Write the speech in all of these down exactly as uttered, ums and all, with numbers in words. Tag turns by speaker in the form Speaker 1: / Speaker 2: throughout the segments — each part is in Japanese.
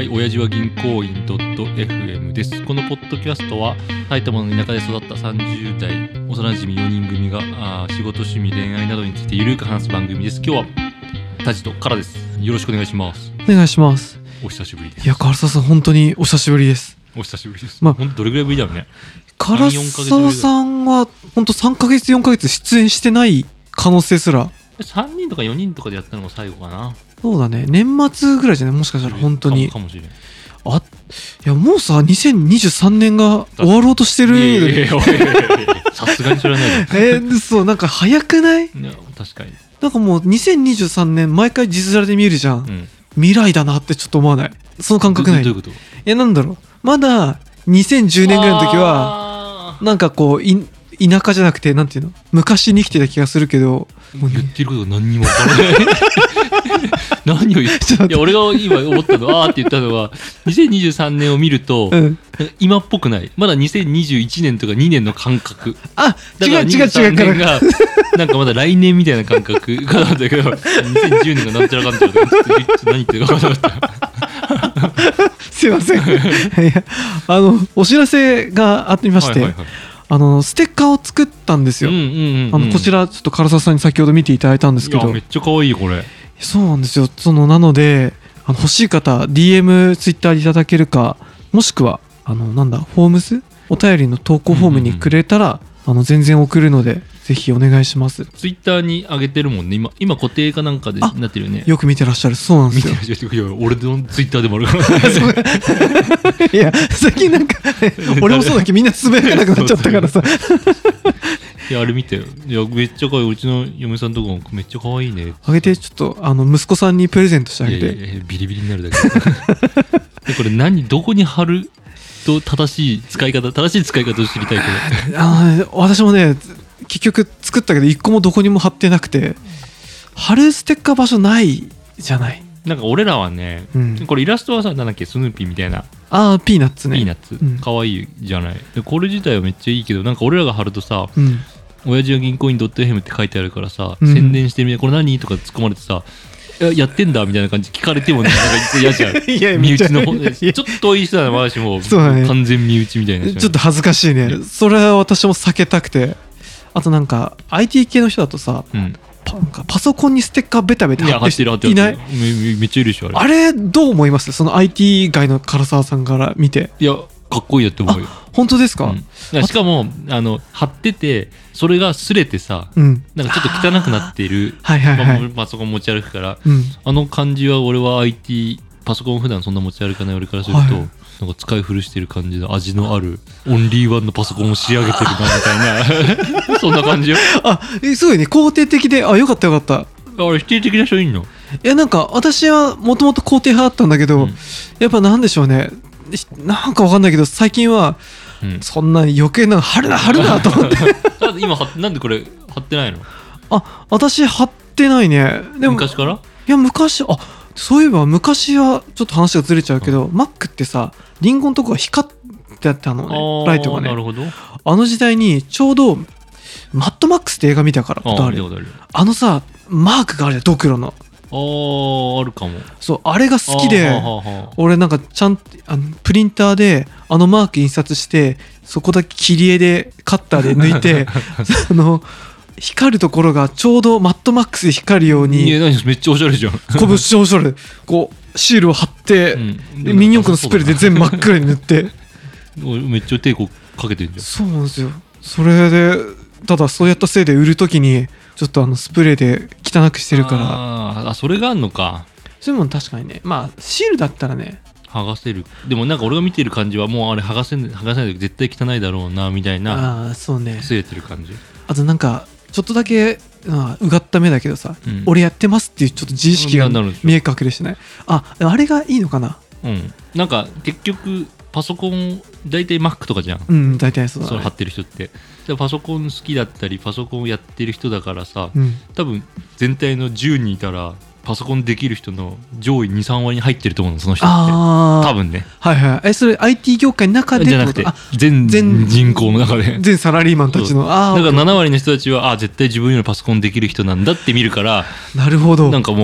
Speaker 1: はい、親父は銀行員 .fm です。このポッドキャストは埼玉の田舎で育ったさんじゅう代幼馴染よにん組があ仕事、趣味、恋愛などについてゆるく話す番組です。今日はタジとカラです。よろしくお願いします。
Speaker 2: お願いします。
Speaker 1: お久しぶりです。
Speaker 2: いや、唐沢さん本当にお久しぶりです。
Speaker 1: お久しぶりです。
Speaker 2: まあ、
Speaker 1: 本当どれぐらいぶりだろうね。
Speaker 2: 唐沢さんは本当さんかげつよんかげつ出演してない可能性すら。
Speaker 1: さんにんとかよにんとかでやったのが最後かな。
Speaker 2: そうだね、年末ぐらいじゃない、もしかしたら本当に
Speaker 1: かもしれん。
Speaker 2: あ、いやもうさにせんにじゅうさんねんが終わろうとしてる。
Speaker 1: いやいやいやさすがに知らないよ。
Speaker 2: えー、そうなんか早くない？い
Speaker 1: や確かに。
Speaker 2: なんかもうにせんにじゅうさんねん毎回字面で見るじゃん、うん、未来だなってちょっと思わない？その感覚ない？
Speaker 1: どういうこと？い
Speaker 2: やなんだろう、まだにせんじゅうねんぐらいの時はなんかこうい田舎じゃなくてなんていうの、昔に生きてた気がするけど、
Speaker 1: もう言ってることが何にも分からない何を言っていや俺が今思ったのあーって言ったのはにせんにじゅうさんねんを見ると、うん、今っぽくない。まだにせんにじゅういちねんとかにねんの感覚。
Speaker 2: あ、違う違う違うから、
Speaker 1: なんかまだ来年みたいな感覚がなんだけどにせんじゅうねんがなんちゃらかんちゃらとか何言ってるか分からなかった
Speaker 2: すいませんいやあのお知らせがありまして、はいはいはい、あのステッカーを作ったんですよ。こちらちょっと唐沢さんに先ほど見ていただいたんですけど、
Speaker 1: いやめっちゃ可愛いこれ。
Speaker 2: そうなんですよ。そのなのであの欲しい方 ディーエム ツイッターでいただけるか、もしくはあのなんだフォームスお便りの投稿フォームにくれたら、うんうんうん、あの全然送るのでぜひお願いします。ツ
Speaker 1: イッターに上げてるもんね。今今固定かなんかでなってるよね。
Speaker 2: よく見てらっしゃる。そうなんですよ。
Speaker 1: 見てらっしゃる。いや俺のツイッターでもあるから
Speaker 2: いや最近なんか俺もそうだけどみんなつぶやかなくなっちゃったからさ
Speaker 1: いやあれ見てよ。いやめっちゃ可愛い。うちの嫁さんとかもめっちゃ可愛いね。
Speaker 2: あげて、ちょっとあの息子さんにプレゼントしてあげて。
Speaker 1: いやいやいやビリビリになるだけでこれ何どこに貼ると正しい使い方正しい使い方を知りたいけど
Speaker 2: あ私もね結局作ったけど一個もどこにも貼ってなくて、貼るステッカー場所ないじゃない。
Speaker 1: なんか俺らはね、うん、これイラストはさなんだっけスヌーピーみたいな。
Speaker 2: ああピーナッツね。
Speaker 1: ピーナッツ、うん、かわいいじゃない。でこれ自体はめっちゃいいけど、なんか俺らが貼るとさ、うん、親父は銀行員 .fm って書いてあるからさ、うん、宣伝してみてこれ何とか突っ込まれてさ、や, やってんだみたいな感じ聞かれてもね、なんか嫌じゃんいや身内の方でちょっと遠い人なら私も完全身内みたいな、ね、
Speaker 2: ちょっと恥ずかしいね。それは私も避けたくて。あとなんか アイティー 系の人だとさ、うん、パ, なんかパソコンにステッカーベタベタ貼っていない？
Speaker 1: め, めっちゃいるでしょあれ。
Speaker 2: あれどう思います？その アイティー 界の唐沢さんから見て。
Speaker 1: いやかっこいいよって思うよ。
Speaker 2: 本当ですか？うん、
Speaker 1: しかもあの貼っててそれが擦れてさ、うん、なんかちょっと汚くなってる、はいはいはいまあ、パソコン持ち歩くから、うん、あの感じは俺は アイティー パソコン普段そんな持ち歩かない俺からすると、はい、なんか使い古してる感じの味のあるオンリーワンのパソコンを仕上げてるなみたいなそんな感じよ。
Speaker 2: あすごいね肯定的で、あよかったよかった。
Speaker 1: あれ否定的な人いんの？
Speaker 2: いやなんか私はもともと肯定派だったんだけど、うん、やっぱなんでしょうね、なんかわかんないけど最近は、うん、そんな余計な貼るな貼るなと思って
Speaker 1: 今なんでこれ貼ってないの？
Speaker 2: あ私貼ってないね。でも
Speaker 1: 昔から？
Speaker 2: いや昔あそういえば昔はちょっと話がずれちゃうけど、うん、Mac ってさリンゴのとこが光ってたのね、ライトがね。
Speaker 1: なるほど。
Speaker 2: あの時代にちょうどマッドマックスって映画見たからことある。あ, あのさマークがあるじゃんドクロの。
Speaker 1: あーあるかも。
Speaker 2: そうあれが好きで、ははは俺なんかちゃんあのプリンターであのマーク印刷してそこだけ切り絵でカッターで抜いてあの光るところがちょうどマッドマックスで光るように。
Speaker 1: いや何めっちゃおしゃれじゃん。
Speaker 2: これおしゃれこうシールを貼って、うん、ミニ四駆のスプレーで全部真っ暗に塗って
Speaker 1: めっちゃ抵抗かけてるじゃん。
Speaker 2: そうなんですよ。それでただそうやったせいで売るときにちょっとあのスプレーで汚くしてるから。
Speaker 1: ああそれがあんのか。
Speaker 2: そういうもん確かにね。まあシールだったらね
Speaker 1: 剥がせる。でもなんか俺が見てる感じはもうあれ剥がせん剥がせないと絶対汚いだろうなみたいな。
Speaker 2: ああそうね。
Speaker 1: 擦れてる感じ。
Speaker 2: あとなんかちょっとだけあうがった目だけどさ、うん、俺やってますっていうちょっと自意識が見え隠れしてない。ああれがいいのかな。
Speaker 1: うんなんか結局パソコン大体 Mac とかじゃん。
Speaker 2: うん大体そうだね。
Speaker 1: それ貼ってる人ってパソコン好きだったりパソコンをやってる人だからさ、うん、多分全体のじゅうにんいたらパソコンできる人の上位 に,さん 割に入ってると思うのその人って多分ね。
Speaker 2: はいはい。えそれ アイティー 業界の中で
Speaker 1: じゃなくて全人口の中で
Speaker 2: 全サラリーマンたちの。
Speaker 1: あだからなな割の人たちはあ絶対自分よりパソコンできる人なんだって見るから。
Speaker 2: なるほど。
Speaker 1: なんかもう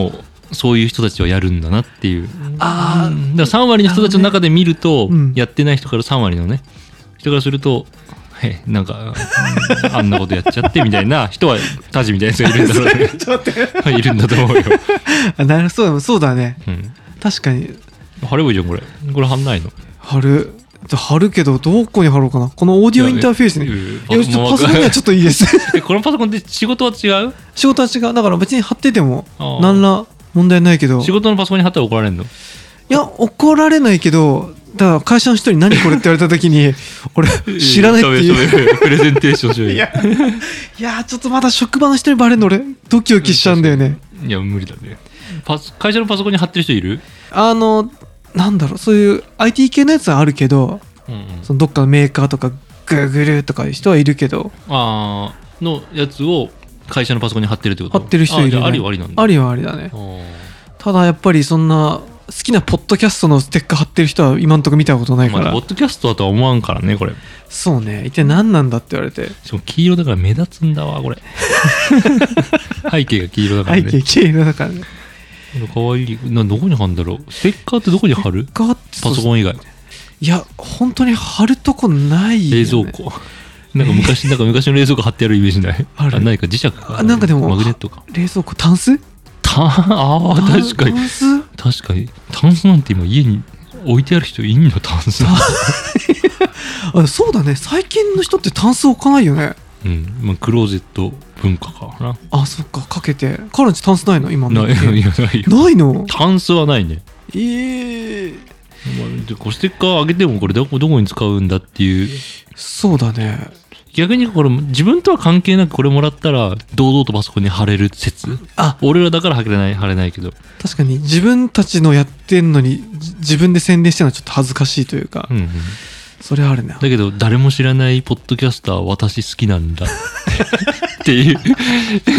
Speaker 1: そういう人たちはやるんだなっていう。ああ、だからさん割の人たちの中で見ると、ね、うん、やってない人からさん割のね人からすると、へなんかあんなことやっちゃってみたいな人はタジみたいな人がいるんだろうね。ちょっと待っているんだと思うよ。
Speaker 2: あ、なるそうそうだね、うん、確かに
Speaker 1: 貼ればいいじゃんこれ。これ貼んないの？
Speaker 2: 貼る貼るけどどこに貼ろうかな。このオーディオインターフェースに。いやちょっとパソコンにはちょっといいです。
Speaker 1: このパソコンで仕事は違う？
Speaker 2: 仕事は違う。だから別に貼ってても何ら問題ないけど。
Speaker 1: 仕事のパソコンに貼ったら怒られるの？
Speaker 2: いや怒られないけど、だから会社の人に何これって言われた時に俺知らないっていう
Speaker 1: プレゼンテーションしようよ。いや
Speaker 2: いやちょっとまだ職場の人にバレるの俺ドキドキしちゃうんだよね。
Speaker 1: いや無理だね。パス会社のパソコンに貼ってる人いる？
Speaker 2: あのなんだろう、そういう アイティー 系のやつはあるけど、うんうん、そのどっかのメーカーとかグーグルとかいう人はいるけど、
Speaker 1: あーのやつを会社のパソコンに貼ってるってこと？
Speaker 2: 貼ってる人いる、ね、
Speaker 1: あ, ありはありなんだ。
Speaker 2: ありはありだね。ただやっぱりそんな好きなポッドキャストのステッカー貼ってる人は今んとこ見たことないから、まあ、
Speaker 1: ポッドキャストだとは思わんからねこれ。
Speaker 2: そうね、一体何なんだって言われて。
Speaker 1: しかも黄色だから目立つんだわこれ。背景が黄色だからね。
Speaker 2: 背景黄色だからね。
Speaker 1: かわいいな。どこに貼るんだろう。ステッカーってどこに貼る？パソコン以外。
Speaker 2: いや本当に貼るとこないよね。
Speaker 1: 冷蔵庫。なんか昔、なんか昔の冷蔵庫貼ってあるイメージない？ある。あ、何か磁石か。
Speaker 2: あ、なんかでも
Speaker 1: マグネットか。
Speaker 2: 冷蔵庫タンス？
Speaker 1: タン、ああ確かに。
Speaker 2: タンス？
Speaker 1: 確かに。タンスなんて今家に置いてある人いんの？タンス。
Speaker 2: あ、そうだね。最近の人ってタンス置かないよね。
Speaker 1: うん、まあ、クローゼット文化かな。
Speaker 2: あ、そっか、かけて。彼女タンスないの今の？
Speaker 1: ない、いやないよ。
Speaker 2: ないの？
Speaker 1: タンスはないね。
Speaker 2: えー、
Speaker 1: まあ、でこうステッカーあげてもこれどこどこに使うんだっていう。
Speaker 2: そうだね。
Speaker 1: 逆にこれ自分とは関係なくこれもらったら堂々とパソコンに貼れる説。あ、俺らだから貼れない貼れないけど。
Speaker 2: 確かに自分たちのやってんのに自分で宣伝してるのはちょっと恥ずかしいというか。うんうん、それはあるね。
Speaker 1: だけど誰も知らないポッドキャスター私好きなんだっていう。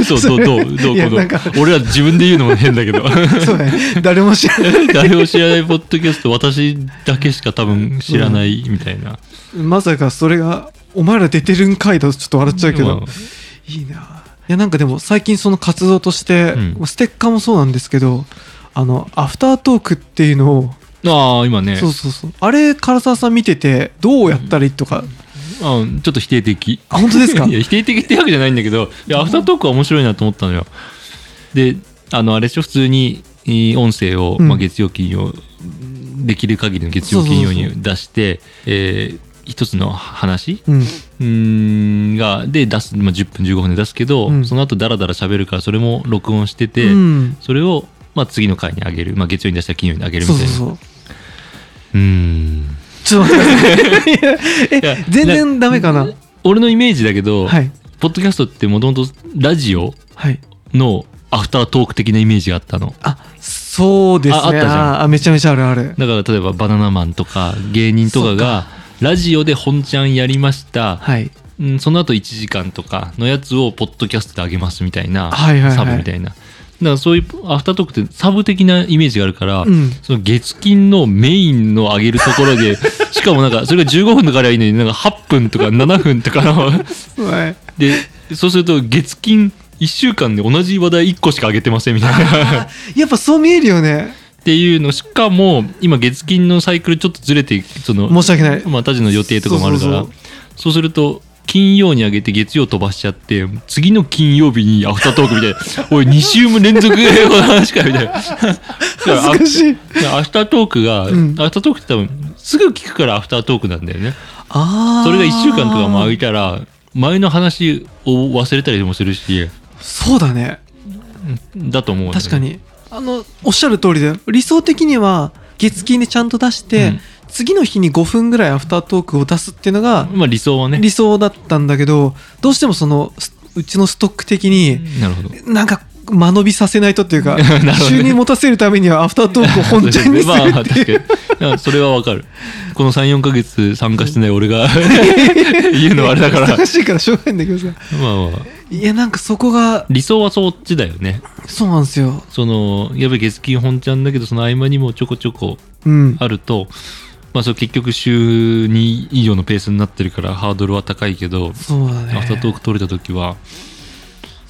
Speaker 1: そうそう、どうどうこの俺は自分で言うのも変だけど。
Speaker 2: そうね。誰も知らない
Speaker 1: 誰も知らないポッドキャスト私だけしか多分知らないみたいな。
Speaker 2: うん、まさかそれがお前ら出てるんかいだとちょっと笑っちゃうけど、うん、いいな。いやなんかでも最近その活動として、うん、ステッカーもそうなんですけど、あのアフタートークっていうのを。
Speaker 1: ああ今ね。
Speaker 2: そうそうそう。あれ唐沢さん見ててどうやったらいいとか。
Speaker 1: うん、ちょっと否定的。
Speaker 2: あ、本当ですか？
Speaker 1: いや否定的ってわけじゃないんだけど、いやアフタートークは面白いなと思ったのよ。で、あのあれでしょ、普通に音声を、うん、まあ、月曜金曜できる限りの月曜金曜に出して、えー、一つの話、うん、うーんがで出す、まあ、じゅっぷんじゅうごふんで出すけど、うん、その後ダラダラ喋るからそれも録音してて、うん、それを、まあ、次の回にあげる、まあ、月曜に出したら金曜にあげるみたいな。そうそうそう。うーん。
Speaker 2: ちょっと待ってえ全然ダメかな。
Speaker 1: 俺のイメージだけど、はい、ポッドキャストってもともとラジオのアフタートーク的なイメージがあったの。
Speaker 2: あ、そうですね。あ、あったじゃん。あ、めちゃめちゃあるある。
Speaker 1: だから例えばバナナマンとか芸人とかがラジオで本ちゃんやりました、はい、うん、その後いちじかんとかのやつをポッドキャストであげますみたいな、はいはいはい、サブみたいな。だからそういうアフタートークってサブ的なイメージがあるから、うん、その月金のメインの上げるところでしかもなんかそれがじゅうごふんとかあればいいのになんかはっぷんとかななふんとかので、そうすると月金いっしゅうかんで同じ話題いっこしか上げてませんみたいな
Speaker 2: やっぱそう見えるよね
Speaker 1: っていうの。しかも今月金のサイクルちょっとずれて、その
Speaker 2: 申し訳ない、
Speaker 1: まあ、他時の予定とかもあるから、そうそうそう、そうすると金曜に上げて月曜飛ばしちゃって次の金曜日にアフタートークみたいなおいに週も連続でこの話かみたいな
Speaker 2: 恥ずかしい。
Speaker 1: アフタートークが、うん、アフタートークって多分すぐ聞くからアフタートークなんだよね。あ、それがいっしゅうかんとかも空いたら前の話を忘れたりもするし。
Speaker 2: そうだね、
Speaker 1: だと思う、ね、
Speaker 2: 確かにあのおっしゃる通りで理想的には月金でちゃんと出して、うん、次の日にごふんぐらいアフタートークを出すっていうのが、
Speaker 1: まあ、理想はね
Speaker 2: 理想だったんだけど、どうしてもそのうちのストック的に
Speaker 1: なるほど
Speaker 2: なんか間延びさせないとっていうか、ね、収入持たせるためにはアフタートークを本ちゃんにするっていうまあ確
Speaker 1: かにそれはわかる。この さん,よん ヶ月参加してない俺が言うのはあれだから
Speaker 2: 難しいからしょうがないんだけどさ、まあまあいやなんかそこが
Speaker 1: 理想はそっちだよね。
Speaker 2: そうなんですよ。
Speaker 1: そのやっぱり月金本ちゃんだけどその合間にもちょこちょこあると、うん、まあ、それ結局週に以上のペースになってるからハードルは高いけど、
Speaker 2: そうだね、
Speaker 1: アフタートーク取れた時は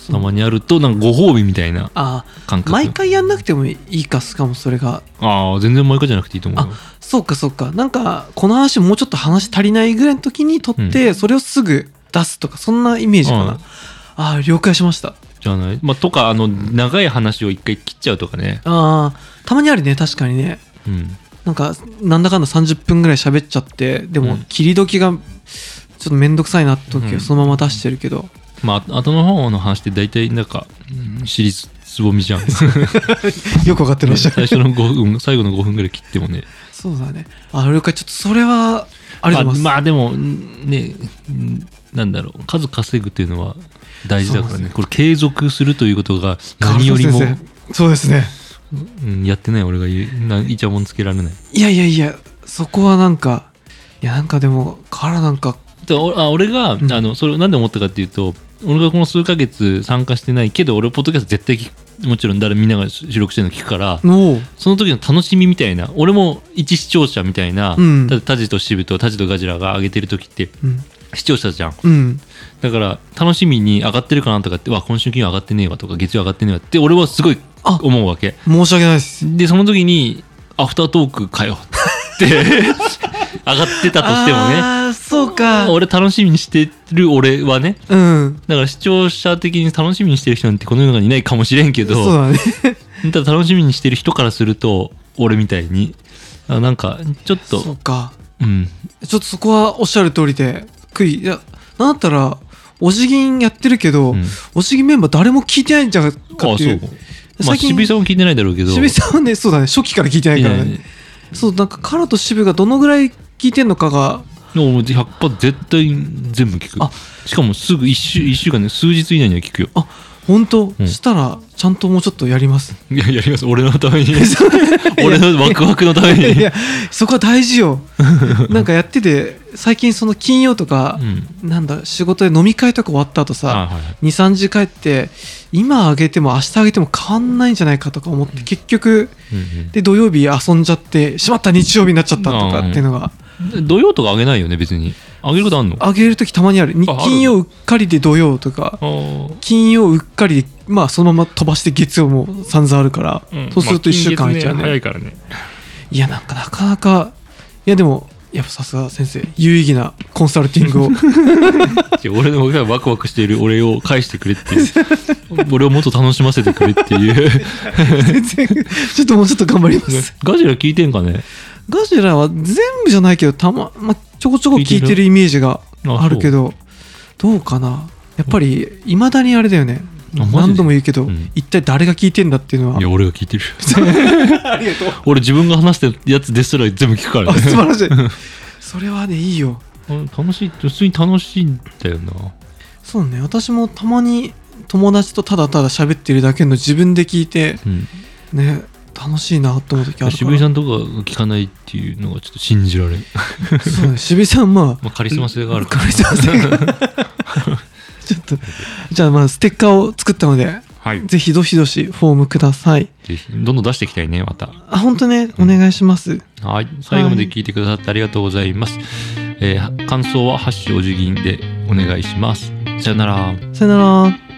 Speaker 1: たまにあるとなんかご褒美みたいな感覚。
Speaker 2: 毎回やんなくてもいいか。しかもそれが
Speaker 1: ああ全然毎回じゃなくていいと思う。
Speaker 2: あそうかそうか。なんかこの話もうちょっと話足りないぐらいの時に撮って、うん、それをすぐ出すとかそんなイメージかな。ああ了解しました。
Speaker 1: じゃない、まあ、とかあの長い話を一回切っちゃうとかね。
Speaker 2: ああたまにあるね確かにね。うん、なんかなんだかんださんじゅっぷんぐらい喋っちゃってでも切り時がちょっとめんどくさいなって時はそのまま出してるけど、うん、
Speaker 1: まあ後の方の話って大体なんか尻つぼみじゃん
Speaker 2: よく分かってらっしゃる
Speaker 1: 最初のごふん最後のごふんぐらい切ってもね。
Speaker 2: そうだね。あ了解。ちょっとそれはありがとうございます。
Speaker 1: まあ、まあでもねなんだろう数稼ぐっていうのは大事だからね。これ継続するということが何よりも
Speaker 2: そうですね、
Speaker 1: うん、やってない俺が言うなイチャモンつけられない。
Speaker 2: いやいやいやそこはなんかいやなんかでもからなんか
Speaker 1: あ俺が、うん、あのそれをなんで思ったかっていうと俺がこの数ヶ月参加してないけど俺ポッドキャスト絶対聞くもちろん誰みんなが収録してるの聞くからその時の楽しみみたいな俺も一視聴者みたいな、うん、タジとシブとタジとガジラが上げてる時って、うん視聴者じゃん、うん、だから楽しみに上がってるかなとかってわ今週金曜上がってねえわとか月曜上がってねえわって俺はすごい思うわけ。
Speaker 2: 申し訳ないです。
Speaker 1: でその時にアフタートークかよって上がってたとしてもね
Speaker 2: あそうか
Speaker 1: 俺楽しみにしてる俺はね、うん、だから視聴者的に楽しみにしてる人なんてこの世の中にいないかもしれんけど
Speaker 2: そうだね
Speaker 1: ただ楽しみにしてる人からすると俺みたいになんかちょっと
Speaker 2: そうか、うん、ちょっとそこはおっしゃる通りでいやなんだったらお辞儀やってるけど、うん、お辞儀メンバー誰も聞いてないんじゃないかっていう。ああ
Speaker 1: そうまあ渋井さんも聞いてないだろうけど
Speaker 2: 渋井さんはねそうだね初期から聞いてないからね、ねそうなんかカラと渋がどのぐらい聞いてんのかが
Speaker 1: もう ひゃくパーセント 絶対全部聞く。あしかもすぐ1週、いっしゅうかんで、ね、数日以内には聞くよ。
Speaker 2: あ本当、うん、したらちゃんともうちょっとやります。
Speaker 1: いややります俺のために俺のワクワクのために。いやいや
Speaker 2: そこは大事よなんかやってて最近その金曜とか、うん、なんだ仕事で飲み会とか終わった後さ、はいはい、にさんじ帰って今あげても明日あげても変わんないんじゃないかとか思って、うん、結局、うんうん、で土曜日遊んじゃってしまった日曜日になっちゃったとかっていうのが、
Speaker 1: うん、土曜とかあげないよね別に。あげることあんの？
Speaker 2: あげるときたまにある。金曜うっかりで土曜とか金曜うっかりでまあそのまま飛ばして月曜も散々あるから、うん、そうするといっしゅうかん空いちゃうね。
Speaker 1: 早いからね。
Speaker 2: いやなんかなかなかいやでもやっぱさすが先生有意義なコンサルティングを
Speaker 1: 俺のがワクワクしている俺を返してくれっていう俺をもっと楽しませてくれっていう
Speaker 2: 全然ちょっともうちょっと頑張ります。
Speaker 1: ガジラ聞いてんかね。
Speaker 2: ガジラは全部じゃないけどたま、ま、ちょこちょこ聞いてるイメージがあるけどどうかな。やっぱりいまだにあれだよね。何度も言うけど、うん、一体誰が聞いてんだっていうのは。
Speaker 1: いや俺が聞いてる
Speaker 2: ありがとう。
Speaker 1: 俺自分が話してるやつですら全部聞くからね。
Speaker 2: あ素晴らしいそれはねいいよ。
Speaker 1: 楽しい普通に楽しいんだよな。
Speaker 2: そうね私もたまに友達とただただ喋ってるだけの自分で聞いて、うん、ね楽しいなと思う時あるから。
Speaker 1: 渋井さんとか聞かないっていうのがちょっと信じられん
Speaker 2: そうね渋井さんまあ、ま
Speaker 1: あ、カリスマ性がある
Speaker 2: からカリスマ性がちょっとじゃあまあステッカーを作ったので、はい、ぜひどしどしフォームください。
Speaker 1: ぜひどんどん出していきたいねまた。
Speaker 2: あ本当ねお願いします、うん、
Speaker 1: はい最後まで聞いてくださってありがとうございます、はいえー、感想はハッシュおじぎんでお願いします。さよなら。
Speaker 2: さよなら。